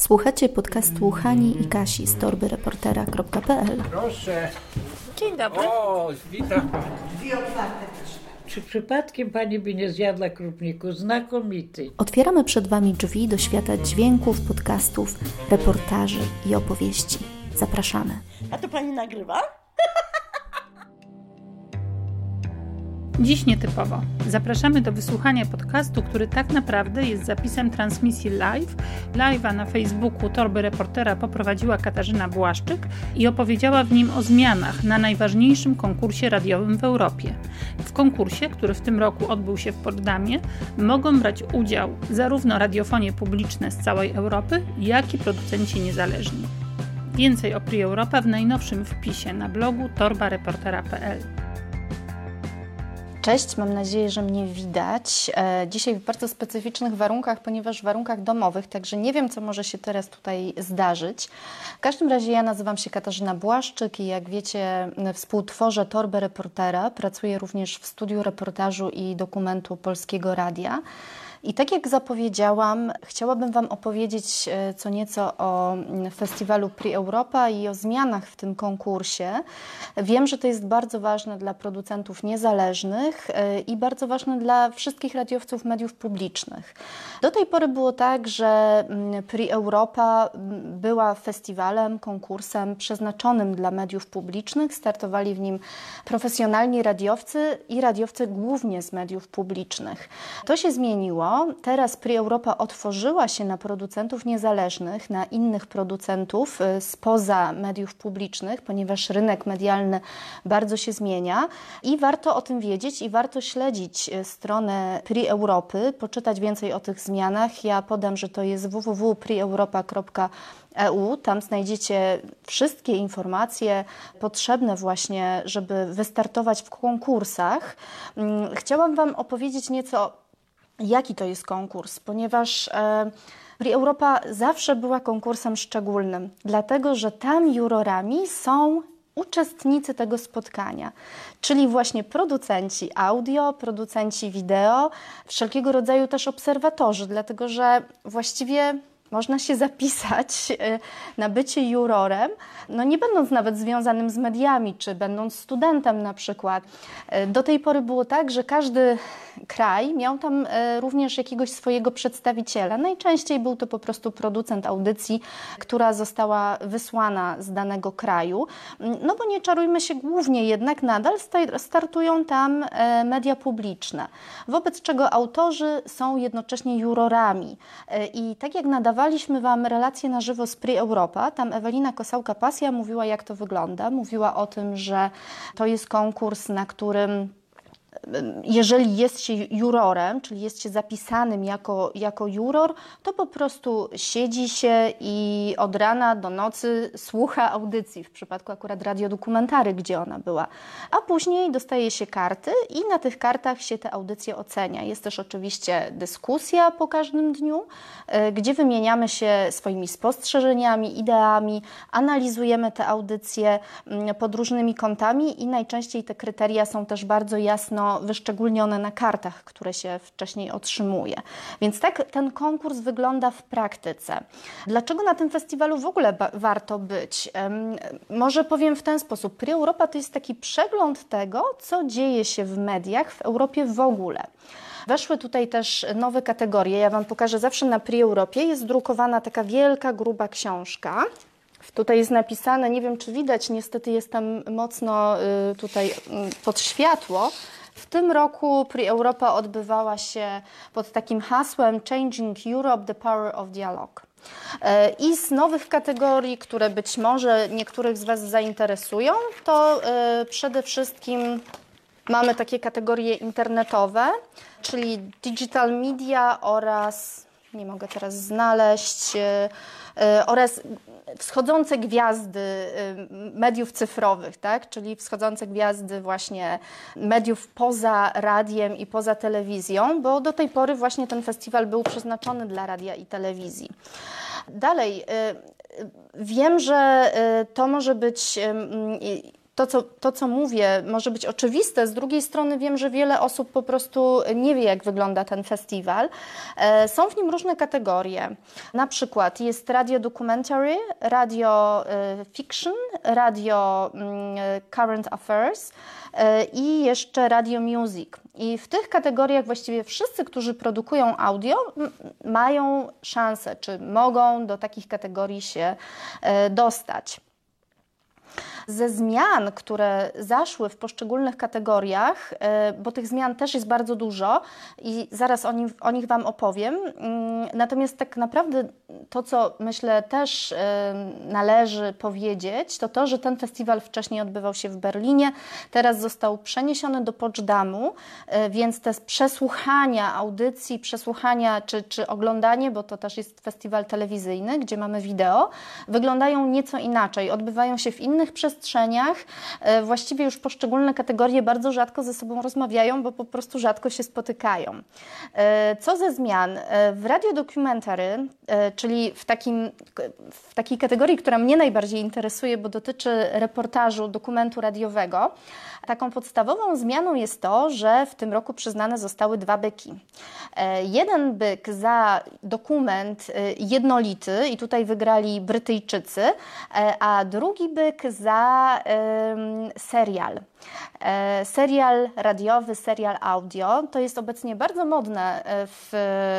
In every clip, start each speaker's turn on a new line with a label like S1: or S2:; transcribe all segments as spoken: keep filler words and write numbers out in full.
S1: Słuchacie podcastu Hani i Kasi z torby reportera kropka pe el.
S2: Proszę.
S3: Dzień dobry.
S2: O, witam.
S4: Dwie otwarte też.
S3: Czy przypadkiem pani by nie zjadła krupniku? Znakomity.
S1: Otwieramy przed Wami drzwi do świata dźwięków, podcastów, reportaży i opowieści. Zapraszamy.
S4: A to pani nagrywa?
S5: Dziś nietypowo. Zapraszamy do wysłuchania podcastu, który tak naprawdę jest zapisem transmisji live. Live'a na Facebooku Torby Reportera poprowadziła Katarzyna Błaszczyk i opowiedziała w nim o zmianach na najważniejszym konkursie radiowym w Europie. W konkursie, który w tym roku odbył się w Potsdamie, mogą brać udział zarówno radiofonie publiczne z całej Europy, jak i producenci niezależni. Więcej o Prix Europa w najnowszym wpisie na blogu torba reportera kropka pe el.
S1: Cześć, mam nadzieję, że mnie widać. Dzisiaj w bardzo specyficznych warunkach, ponieważ w warunkach domowych, także nie wiem, co może się teraz tutaj zdarzyć. W każdym razie ja nazywam się Katarzyna Błaszczyk i jak wiecie, współtworzę Torbę Reportera. Pracuję również w studiu reportażu i dokumentu Polskiego Radia. I tak jak zapowiedziałam, chciałabym Wam opowiedzieć co nieco o festiwalu Prix Europa i o zmianach w tym konkursie. Wiem, że to jest bardzo ważne dla producentów niezależnych i bardzo ważne dla wszystkich radiowców mediów publicznych. Do tej pory było tak, że Prix Europa była festiwalem, konkursem przeznaczonym dla mediów publicznych. Startowali w nim profesjonalni radiowcy i radiowcy głównie z mediów publicznych. To się zmieniło. Teraz Prix Europa otworzyła się na producentów niezależnych, na innych producentów spoza mediów publicznych, ponieważ rynek medialny bardzo się zmienia i warto o tym wiedzieć i warto śledzić stronę Prix Europy, poczytać więcej o tych zmianach. Ja podam, że to jest w w w kropka prix europa kropka e u. Tam znajdziecie wszystkie informacje potrzebne właśnie, żeby wystartować w konkursach. Chciałam Wam opowiedzieć nieco, jaki to jest konkurs, ponieważ e, Prix Europa zawsze była konkursem szczególnym, dlatego że tam jurorami są uczestnicy tego spotkania, czyli właśnie producenci audio, producenci wideo, wszelkiego rodzaju też obserwatorzy, dlatego że właściwie można się zapisać na bycie jurorem, no nie będąc nawet związanym z mediami, czy będąc studentem na przykład. Do tej pory było tak, że każdy kraj miał tam również jakiegoś swojego przedstawiciela. Najczęściej był to po prostu producent audycji, która została wysłana z danego kraju. No bo nie czarujmy się, głównie jednak nadal startują tam media publiczne, wobec czego autorzy są jednocześnie jurorami. I tak jak nadawaliśmy Wam relacje na żywo z Prix Europa, tam Ewelina Kosałka-Pasja mówiła, jak to wygląda. Mówiła o tym, że to jest konkurs, na którym jeżeli jest się jurorem, czyli jest się zapisanym jako, jako juror, to po prostu siedzi się i od rana do nocy słucha audycji, w przypadku akurat radiodokumentary, gdzie ona była. A później dostaje się karty i na tych kartach się te audycje ocenia. Jest też oczywiście dyskusja po każdym dniu, gdzie wymieniamy się swoimi spostrzeżeniami, ideami, analizujemy te audycje pod różnymi kątami i najczęściej te kryteria są też bardzo jasno wyszczególnione na kartach, które się wcześniej otrzymuje. Więc tak ten konkurs wygląda w praktyce. Dlaczego na tym festiwalu w ogóle ba- warto być? Um, może powiem w ten sposób. Prix Europa to jest taki przegląd tego, co dzieje się w mediach w Europie w ogóle. Weszły tutaj też nowe kategorie. Ja Wam pokażę, zawsze na Prix Europie jest drukowana taka wielka, gruba książka. Tutaj jest napisane, nie wiem czy widać, niestety jestem mocno y, tutaj y, pod światło. W tym roku Prix Europa odbywała się pod takim hasłem Changing Europe, the Power of Dialogue. I z nowych kategorii, które być może niektórych z Was zainteresują, to y, przede wszystkim mamy takie kategorie internetowe, czyli digital media oraz, nie mogę teraz znaleźć, y, y, oraz wschodzące gwiazdy mediów cyfrowych, tak? Czyli wschodzące gwiazdy właśnie mediów poza radiem i poza telewizją, bo do tej pory właśnie ten festiwal był przeznaczony dla radia i telewizji. Dalej, wiem, że to może być to co, to, co mówię, może być oczywiste. Z drugiej strony wiem, że wiele osób po prostu nie wie, jak wygląda ten festiwal. Są w nim różne kategorie. Na przykład jest radio documentary, radio fiction, radio current affairs i jeszcze radio music. I w tych kategoriach właściwie wszyscy, którzy produkują audio, mają szansę, czy mogą do takich kategorii się dostać. Ze zmian, które zaszły w poszczególnych kategoriach, bo tych zmian też jest bardzo dużo i zaraz o, nim, o nich Wam opowiem. Natomiast tak naprawdę to, co myślę też należy powiedzieć, to to, że ten festiwal wcześniej odbywał się w Berlinie, teraz został przeniesiony do Potsdamu, więc te przesłuchania audycji, przesłuchania czy, czy oglądanie, bo to też jest festiwal telewizyjny, gdzie mamy wideo, wyglądają nieco inaczej, odbywają się w innych przestrzeniach. Właściwie już poszczególne kategorie bardzo rzadko ze sobą rozmawiają, bo po prostu rzadko się spotykają. Co ze zmian? W radio documentary, czyli w, takim, w takiej kategorii, która mnie najbardziej interesuje, bo dotyczy reportażu, dokumentu radiowego, taką podstawową zmianą jest to, że w tym roku przyznane zostały dwa byki. Jeden byk za dokument jednolity i tutaj wygrali Brytyjczycy, a drugi byk za serial. Serial radiowy, serial audio. To jest obecnie bardzo modne w,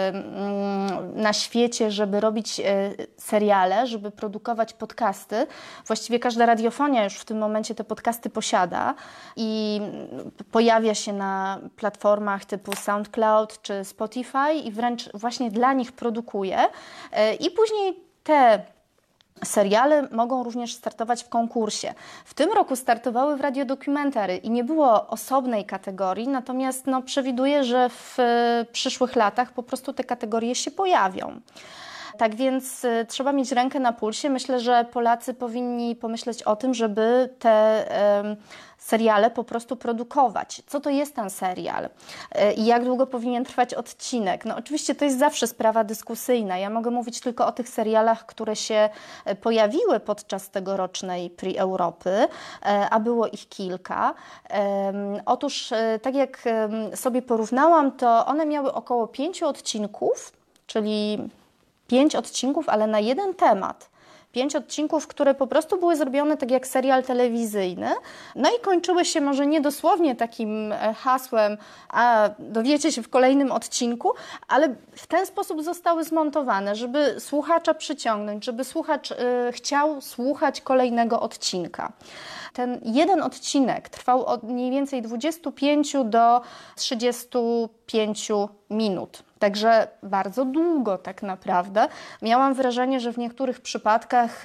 S1: na świecie, żeby robić seriale, żeby produkować podcasty. Właściwie każda radiofonia już w tym momencie te podcasty posiada i pojawia się na platformach typu SoundCloud czy Spotify i wręcz właśnie dla nich produkuje. I później te seriale mogą również startować w konkursie. W tym roku startowały w radio documentary i nie było osobnej kategorii, natomiast no, przewiduję, że w przyszłych latach po prostu te kategorie się pojawią. Tak więc y, trzeba mieć rękę na pulsie. Myślę, że Polacy powinni pomyśleć o tym, żeby te y, seriale po prostu produkować. Co to jest ten serial y, i jak długo powinien trwać odcinek? No oczywiście to jest zawsze sprawa dyskusyjna. Ja mogę mówić tylko o tych serialach, które się pojawiły podczas tegorocznej Prix Europy, y, a było ich kilka. Y, otóż y, tak jak y, sobie porównałam, to one miały około pięciu odcinków, czyli pięć odcinków, ale na jeden temat. Pięć odcinków, które po prostu były zrobione tak jak serial telewizyjny. No i kończyły się może nie dosłownie takim hasłem, a dowiecie się w kolejnym odcinku, ale w ten sposób zostały zmontowane, żeby słuchacza przyciągnąć, żeby słuchacz y, chciał słuchać kolejnego odcinka. Ten jeden odcinek trwał od mniej więcej dwudziestu pięciu do trzydziestu pięciu minut. Także bardzo długo tak naprawdę. Miałam wrażenie, że w niektórych przypadkach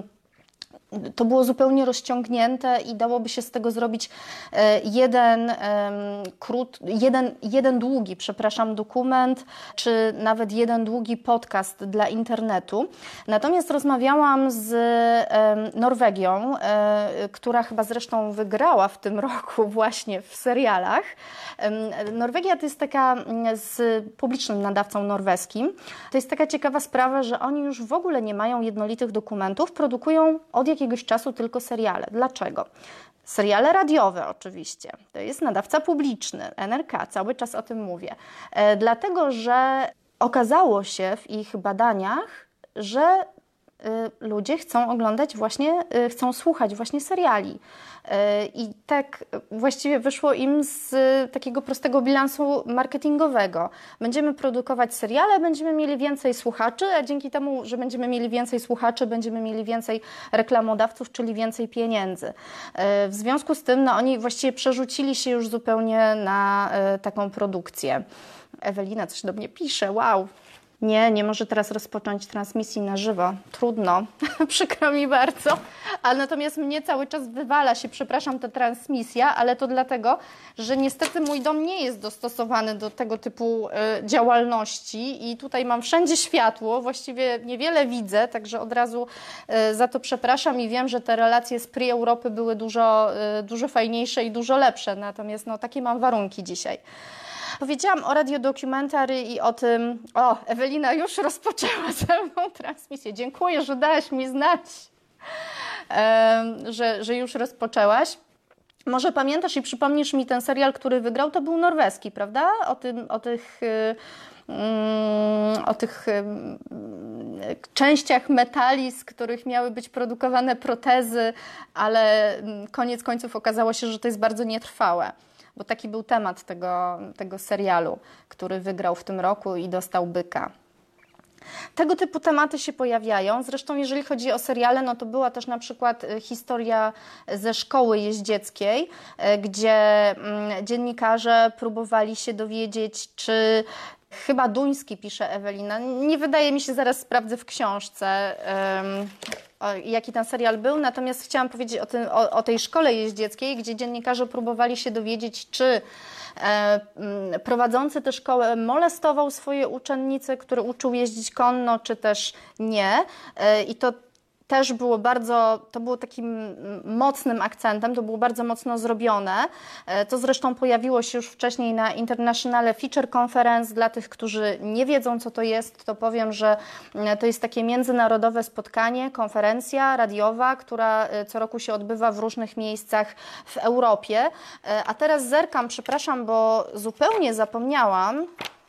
S1: ym, to było zupełnie rozciągnięte i dałoby się z tego zrobić jeden, krót, jeden, jeden długi, przepraszam, dokument, czy nawet jeden długi podcast dla internetu. Natomiast rozmawiałam z Norwegią, która chyba zresztą wygrała w tym roku właśnie w serialach. Norwegia to jest taka, z publicznym nadawcą norweskim, to jest taka ciekawa sprawa, że oni już w ogóle nie mają jednolitych dokumentów, produkują od jakiegoś czasu tylko seriale. Dlaczego? Seriale radiowe oczywiście, to jest nadawca publiczny, N R K, cały czas o tym mówię. E, dlatego, że okazało się w ich badaniach, że y, ludzie chcą oglądać właśnie, y, chcą słuchać właśnie seriali. I tak właściwie wyszło im z takiego prostego bilansu marketingowego. Będziemy produkować seriale, będziemy mieli więcej słuchaczy, a dzięki temu, że będziemy mieli więcej słuchaczy, będziemy mieli więcej reklamodawców, czyli więcej pieniędzy. W związku z tym no, oni właściwie przerzucili się już zupełnie na taką produkcję. Ewelina coś do mnie pisze, wow. Nie, nie może teraz rozpocząć transmisji na żywo. Trudno, przykro mi bardzo. A natomiast mnie cały czas wywala się, przepraszam, ta transmisja, ale to dlatego, że niestety mój dom nie jest dostosowany do tego typu y, działalności i tutaj mam wszędzie światło, właściwie niewiele widzę, także od razu y, za to przepraszam i wiem, że te relacje z Prix Europy były dużo, y, dużo fajniejsze i dużo lepsze, natomiast no, takie mam warunki dzisiaj. Powiedziałam o radio documentary i o tym... O, Ewelina już rozpoczęła ze mną transmisję. Dziękuję, że dałaś mi znać. że, że już rozpoczęłaś. Może pamiętasz i przypomnisz mi ten serial, który wygrał, to był norweski, prawda? O tym, o tych... o tych częściach metali, z których miały być produkowane protezy, ale koniec końców okazało się, że to jest bardzo nietrwałe, bo taki był temat tego, tego serialu, który wygrał w tym roku i dostał byka. Tego typu tematy się pojawiają. Zresztą jeżeli chodzi o seriale, no to była też na przykład historia ze szkoły jeździeckiej, gdzie dziennikarze próbowali się dowiedzieć, czy chyba Duński, pisze Ewelina. Nie wydaje mi się, zaraz sprawdzę w książce, um, jaki ten serial był. Natomiast chciałam powiedzieć o, tym, o, o tej szkole jeździeckiej, gdzie dziennikarze próbowali się dowiedzieć, czy e, prowadzący tę szkołę molestował swoje uczennice, które uczył jeździć konno, czy też nie. E, I to też było bardzo, to było takim mocnym akcentem, to było bardzo mocno zrobione. To zresztą pojawiło się już wcześniej na International Feature Conference. Dla tych, którzy nie wiedzą, co to jest, to powiem, że to jest takie międzynarodowe spotkanie, konferencja radiowa, która co roku się odbywa w różnych miejscach w Europie. A teraz zerkam, przepraszam, bo zupełnie zapomniałam.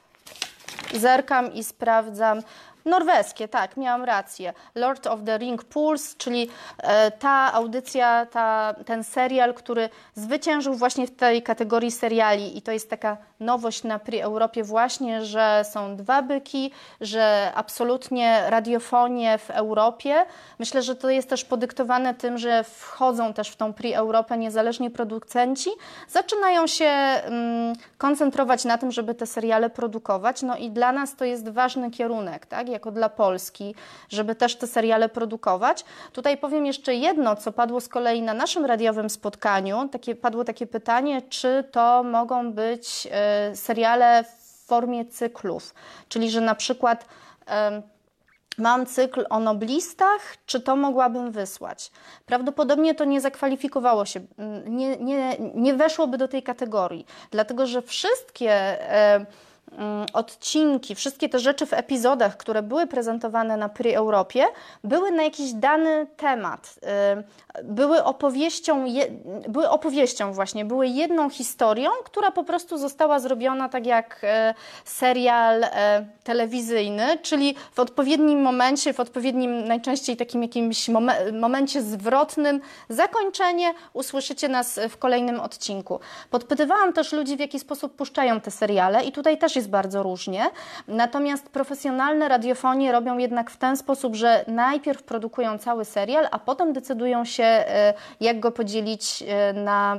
S1: Zerkam i sprawdzam. Norweskie, tak, miałam rację. Lord of the Ring Pulse, czyli e, ta audycja, ta, ten serial, który zwyciężył właśnie w tej kategorii seriali i to jest taka nowość na Prix Europie właśnie, że są dwa byki, że absolutnie radiofonie w Europie. Myślę, że to jest też podyktowane tym, że wchodzą też w tą Prix Europę niezależni producenci, zaczynają się mm, koncentrować na tym, żeby te seriale produkować, no i dla nas to jest ważny kierunek, tak? Jako dla Polski, żeby też te seriale produkować. Tutaj powiem jeszcze jedno, co padło z kolei na naszym radiowym spotkaniu. Takie, padło takie pytanie, czy to mogą być y, seriale w formie cyklów, czyli że na przykład y, mam cykl o noblistach, czy to mogłabym wysłać? Prawdopodobnie to nie zakwalifikowało się, nie, nie, nie weszłoby do tej kategorii, dlatego że wszystkie y, odcinki, wszystkie te rzeczy w epizodach, które były prezentowane na Prix Europie, były na jakiś dany temat. Były opowieścią, były opowieścią właśnie, były jedną historią, która po prostu została zrobiona tak jak serial telewizyjny, czyli w odpowiednim momencie, w odpowiednim najczęściej takim jakimś momencie zwrotnym, zakończenie, usłyszycie nas w kolejnym odcinku. Podpytywałam też ludzi, w jaki sposób puszczają te seriale i tutaj też jest bardzo różnie. Natomiast profesjonalne radiofonie robią jednak w ten sposób, że najpierw produkują cały serial, a potem decydują się, jak go podzielić na,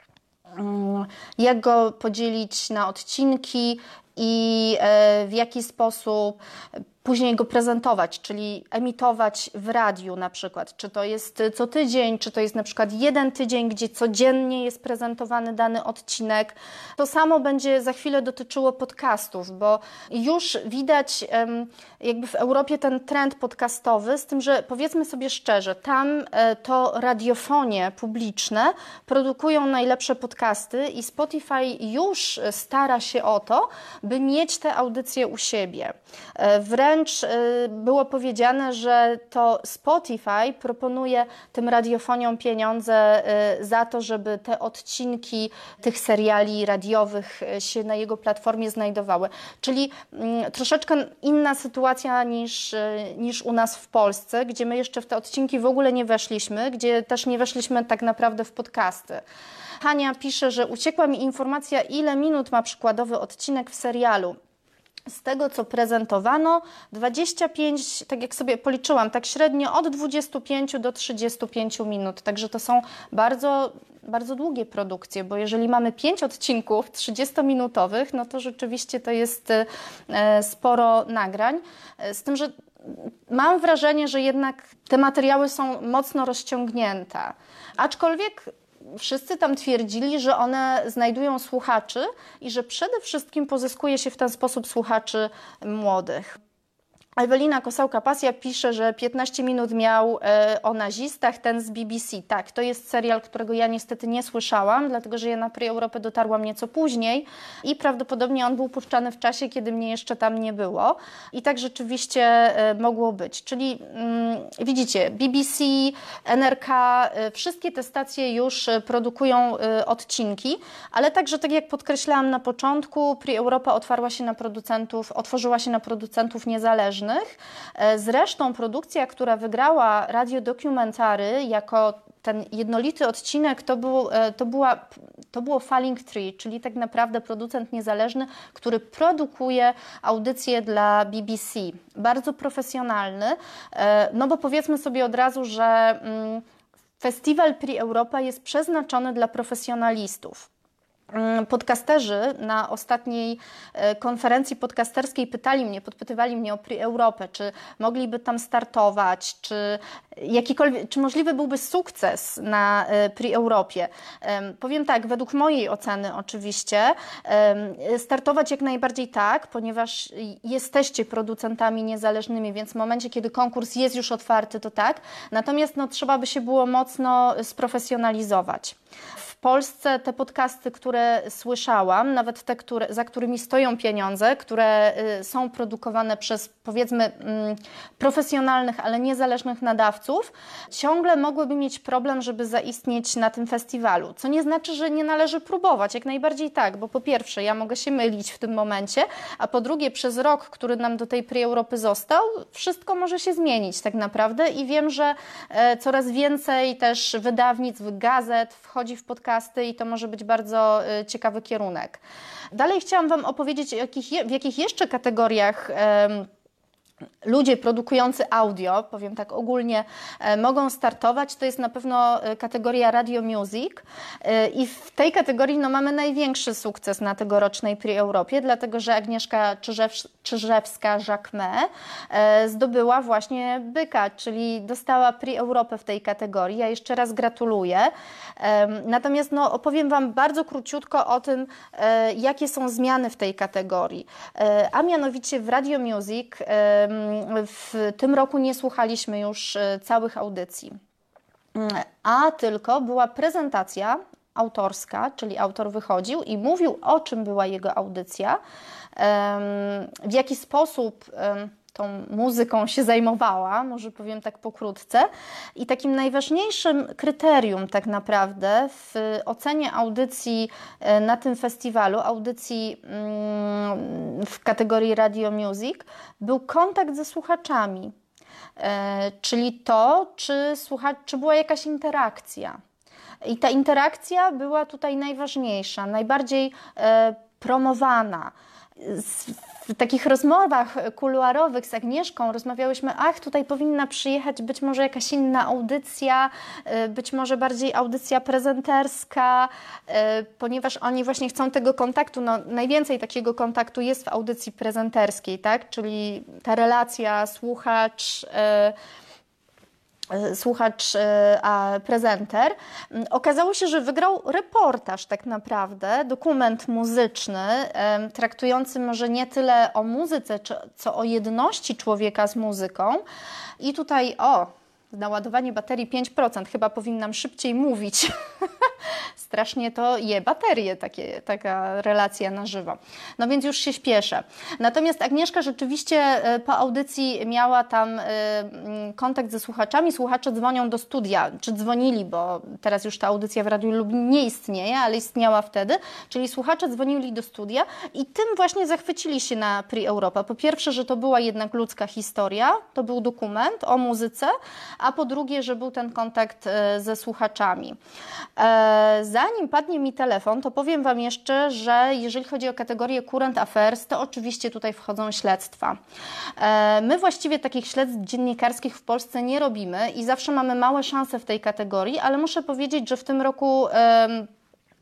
S1: jak go podzielić na odcinki i w jaki sposób później go prezentować, czyli emitować w radiu na przykład. Czy to jest co tydzień, czy to jest na przykład jeden tydzień, gdzie codziennie jest prezentowany dany odcinek. To samo będzie za chwilę dotyczyło podcastów, bo już widać jakby w Europie ten trend podcastowy, z tym, że powiedzmy sobie szczerze, tam to radiofonie publiczne produkują najlepsze podcasty i Spotify już stara się o to, by mieć te audycje u siebie. Wręcz było powiedziane, że to Spotify proponuje tym radiofoniom pieniądze za to, żeby te odcinki tych seriali radiowych się na jego platformie znajdowały. Czyli troszeczkę inna sytuacja niż, niż u nas w Polsce, gdzie my jeszcze w te odcinki w ogóle nie weszliśmy, gdzie też nie weszliśmy tak naprawdę w podcasty. Hania pisze, że uciekła mi informacja, ile minut ma przykładowy odcinek w serialu. Z tego, co prezentowano, dwadzieścia pięć, tak jak sobie policzyłam, tak średnio od dwudziestu pięciu do trzydziestu pięciu minut. Także to są bardzo, bardzo długie produkcje, bo jeżeli mamy pięć odcinków trzydziestominutowych, no to rzeczywiście to jest sporo nagrań. Z tym, że mam wrażenie, że jednak te materiały są mocno rozciągnięte. Aczkolwiek wszyscy tam twierdzili, że one znajdują słuchaczy i że przede wszystkim pozyskuje się w ten sposób słuchaczy młodych. Ewelina Kosałka-Pasja pisze, że piętnaście minut miał e, o nazistach, ten z B B C. Tak, to jest serial, którego ja niestety nie słyszałam, dlatego że ja na Prix Europę dotarłam nieco później i prawdopodobnie on był puszczany w czasie, kiedy mnie jeszcze tam nie było. I tak rzeczywiście e, mogło być. Czyli mm, widzicie, B B C, N R K, e, wszystkie te stacje już produkują e, odcinki, ale także, tak jak podkreślałam na początku, Prix Europa otwarła się na producentów, otworzyła się na producentów niezależnych. Zresztą produkcja, która wygrała Radio Dokumentary jako ten jednolity odcinek, to, był, to, była, to było Falling Tree, czyli tak naprawdę producent niezależny, który produkuje audycje dla B B C. Bardzo profesjonalny, no bo powiedzmy sobie od razu, że festiwal Prix Europa jest przeznaczony dla profesjonalistów. Podcasterzy na ostatniej konferencji podcasterskiej pytali mnie, podpytywali mnie o Prix Europę, czy mogliby tam startować, czy jakikolwiek, czy możliwy byłby sukces na Prix Europie. Powiem tak, według mojej oceny oczywiście, startować jak najbardziej tak, ponieważ jesteście producentami niezależnymi, więc w momencie, kiedy konkurs jest już otwarty, to tak. Natomiast no, trzeba by się było mocno sprofesjonalizować. W Polsce te podcasty, które słyszałam, nawet te, które, za którymi stoją pieniądze, które y, są produkowane przez, powiedzmy, y, profesjonalnych, ale niezależnych nadawców, ciągle mogłyby mieć problem, żeby zaistnieć na tym festiwalu. Co nie znaczy, że nie należy próbować. Jak najbardziej tak, bo po pierwsze, ja mogę się mylić w tym momencie, a po drugie, przez rok, który nam do tej Prix Europy został, wszystko może się zmienić tak naprawdę i wiem, że e, coraz więcej też wydawnictw, gazet wchodzi w podcasty i to może być bardzo y, ciekawy kierunek. Dalej chciałam Wam opowiedzieć, jakich, w jakich jeszcze kategoriach y, ludzie produkujący audio, powiem tak ogólnie, e, mogą startować. To jest na pewno kategoria Radio Music e, i w tej kategorii no, mamy największy sukces na tegorocznej Prix Europie, dlatego że Agnieszka Czyżew, Czyżewska-Jacquemet e, zdobyła właśnie byka, czyli dostała Prix Europę w tej kategorii. Ja jeszcze raz gratuluję. E, natomiast no, opowiem Wam bardzo króciutko o tym, e, jakie są zmiany w tej kategorii. E, a mianowicie w Radio Music e, w tym roku nie słuchaliśmy już całych audycji, a tylko była prezentacja autorska, czyli autor wychodził i mówił, o czym była jego audycja, w jaki sposób tą muzyką się zajmowała, może powiem tak pokrótce. I takim najważniejszym kryterium tak naprawdę w ocenie audycji na tym festiwalu, audycji w kategorii Radio Music, był kontakt ze słuchaczami. Czyli to, czy, słucha, czy była jakaś interakcja. I ta interakcja była tutaj najważniejsza, najbardziej promowana. W takich rozmowach kuluarowych z Agnieszką rozmawiałyśmy, ach, tutaj powinna przyjechać być może jakaś inna audycja, być może bardziej audycja prezenterska, ponieważ oni właśnie chcą tego kontaktu, no najwięcej takiego kontaktu jest w audycji prezenterskiej, tak, czyli ta relacja słuchacz, słuchacz a prezenter. Okazało się, że wygrał reportaż tak naprawdę, dokument muzyczny, traktujący może nie tyle o muzyce, co o jedności człowieka z muzyką. I tutaj, o, naładowanie baterii pięć procent, chyba powinnam szybciej mówić. Strasznie to je baterie, takie, taka relacja na żywo. No więc już się śpieszę. Natomiast Agnieszka rzeczywiście po audycji miała tam kontakt ze słuchaczami. Słuchacze dzwonią do studia, czy dzwonili, bo teraz już ta audycja w Radiu Lublin nie istnieje, ale istniała wtedy. Czyli słuchacze dzwonili do studia i tym właśnie zachwycili się na Prix Europa. Po pierwsze, że to była jednak ludzka historia, to był dokument o muzyce, a po drugie, że był ten kontakt ze słuchaczami. Zanim padnie mi telefon, to powiem Wam jeszcze, że jeżeli chodzi o kategorię Current Affairs, to oczywiście tutaj wchodzą śledztwa. My właściwie takich śledztw dziennikarskich w Polsce nie robimy i zawsze mamy małe szanse w tej kategorii, ale muszę powiedzieć, że w tym roku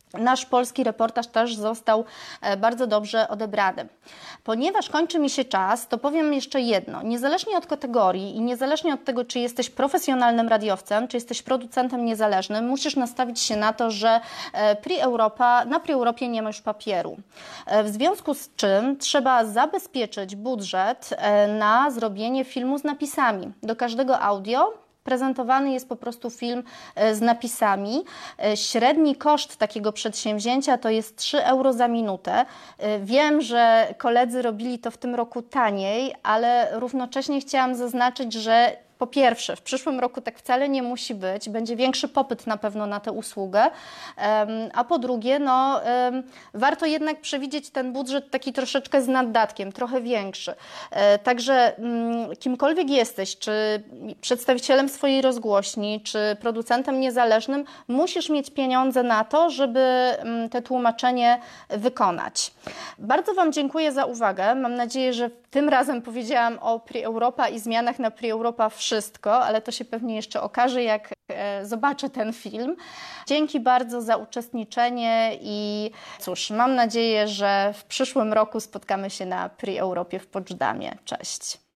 S1: nasz polski reportaż też został bardzo dobrze odebrany. Ponieważ kończy mi się czas, to powiem jeszcze jedno. Niezależnie od kategorii i niezależnie od tego, czy jesteś profesjonalnym radiowcem, czy jesteś producentem niezależnym, musisz nastawić się na to, że Prix Europa, na Prix Europie nie ma już papieru. W związku z czym trzeba zabezpieczyć budżet na zrobienie filmu z napisami. Do każdego audio prezentowany jest po prostu film z napisami. Średni koszt takiego przedsięwzięcia to jest trzy euro za minutę. Wiem, że koledzy robili to w tym roku taniej, ale równocześnie chciałam zaznaczyć, że po pierwsze, w przyszłym roku tak wcale nie musi być, będzie większy popyt na pewno na tę usługę, a po drugie, no, warto jednak przewidzieć ten budżet taki troszeczkę z naddatkiem, trochę większy. Także kimkolwiek jesteś, czy przedstawicielem swojej rozgłośni, czy producentem niezależnym, musisz mieć pieniądze na to, żeby te tłumaczenie wykonać. Bardzo Wam dziękuję za uwagę. Mam nadzieję, że tym razem powiedziałam o Prix Europa i zmianach na Prix Europa wszystko, ale to się pewnie jeszcze okaże, jak e, zobaczę ten film. Dzięki bardzo za uczestniczenie i cóż, mam nadzieję, że w przyszłym roku spotkamy się na Prix Europie w Poczdamie. Cześć!